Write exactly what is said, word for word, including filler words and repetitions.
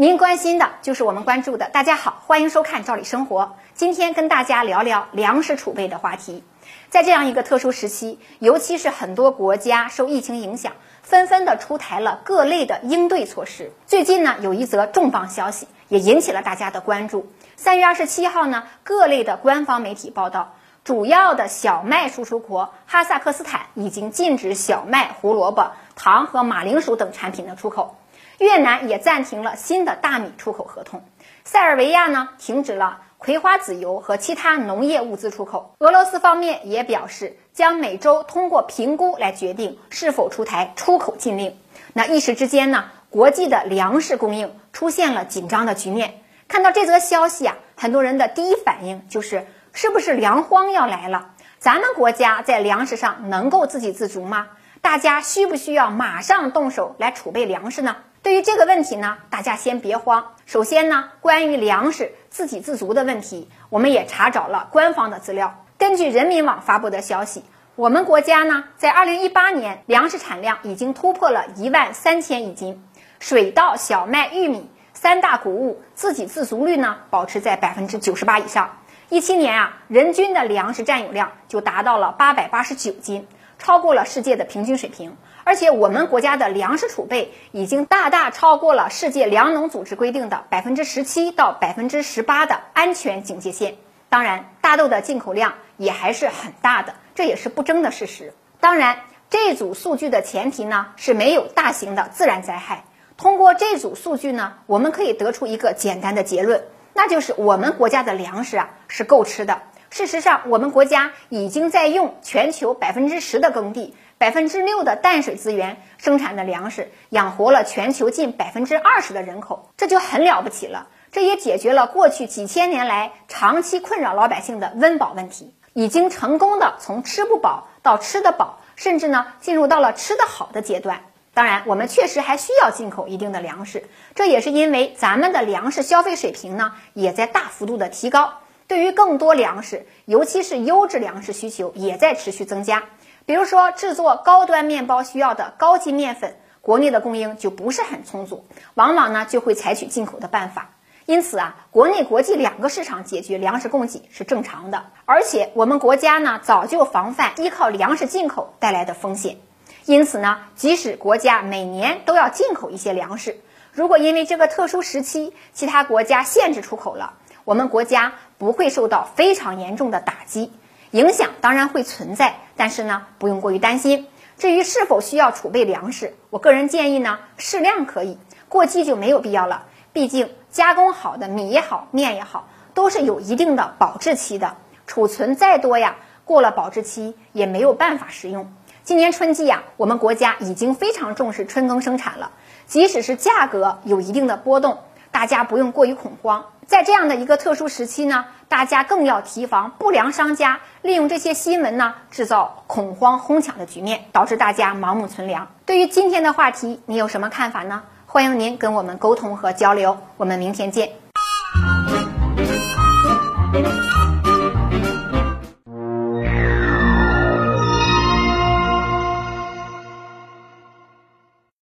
您关心的就是我们关注的。大家好，欢迎收看《赵理生活》。今天跟大家聊聊粮食储备的话题。在这样一个特殊时期，尤其是很多国家受疫情影响，纷纷的出台了各类的应对措施。最近呢，有一则重磅消息也引起了大家的关注。三月二十七号呢，各类的官方媒体报道，主要的小麦输出国哈萨克斯坦已经禁止小麦、胡萝卜、糖和马铃薯等产品的出口。越南也暂停了新的大米出口合同，塞尔维亚呢停止了葵花籽油和其他农业物资出口。俄罗斯方面也表示，将每周通过评估来决定是否出台出口禁令。那一时之间呢，国际的粮食供应出现了紧张的局面。看到这则消息啊，很多人的第一反应就是，是不是粮荒要来了？咱们国家在粮食上能够自给自足吗？大家需不需要马上动手来储备粮食呢？对于这个问题呢，大家先别慌。首先呢，关于粮食自给自足的问题，我们也查找了官方的资料。根据人民网发布的消息，我们国家呢，在二零一八年粮食产量已经突破了一万三千亿斤，水稻、小麦、玉米三大谷物自给自足率呢，保持在百分之九十八以上。一七年啊，人均的粮食占有量就达到了八百八十九斤，超过了世界的平均水平。而且我们国家的粮食储备已经大大超过了世界粮农组织规定的百分之十七到百分之十八的安全警戒线。当然，大豆的进口量也还是很大的，这也是不争的事实。当然，这组数据的前提呢，是没有大型的自然灾害。通过这组数据呢，我们可以得出一个简单的结论，那就是我们国家的粮食啊是够吃的。事实上，我们国家已经在用全球百分之十的耕地、百分之六的淡水资源生产的粮食，养活了全球近百分之二十的人口，这就很了不起了。这也解决了过去几千年来长期困扰老百姓的温饱问题，已经成功的从吃不饱到吃得饱，甚至呢进入到了吃得好的阶段。当然，我们确实还需要进口一定的粮食，这也是因为咱们的粮食消费水平呢也在大幅度的提高。对于更多粮食，尤其是优质粮食需求也在持续增加。比如说制作高端面包需要的高级面粉，国内的供应就不是很充足，往往呢就会采取进口的办法。因此啊，国内国际两个市场解决粮食供给是正常的。而且我们国家呢早就防范依靠粮食进口带来的风险。因此呢，即使国家每年都要进口一些粮食，如果因为这个特殊时期其他国家限制出口了，我们国家不会受到非常严重的打击，影响当然会存在，但是呢，不用过于担心。至于是否需要储备粮食，我个人建议呢，适量可以，过期就没有必要了。毕竟加工好的米也好，面也好，都是有一定的保质期的，储存再多呀，过了保质期也没有办法食用。今年春季呀，我们国家已经非常重视春耕生产了，即使是价格有一定的波动，大家不用过于恐慌。在这样的一个特殊时期呢，大家更要提防不良商家利用这些新闻呢，制造恐慌哄抢的局面，导致大家盲目存粮。对于今天的话题，你有什么看法呢？欢迎您跟我们沟通和交流，我们明天见。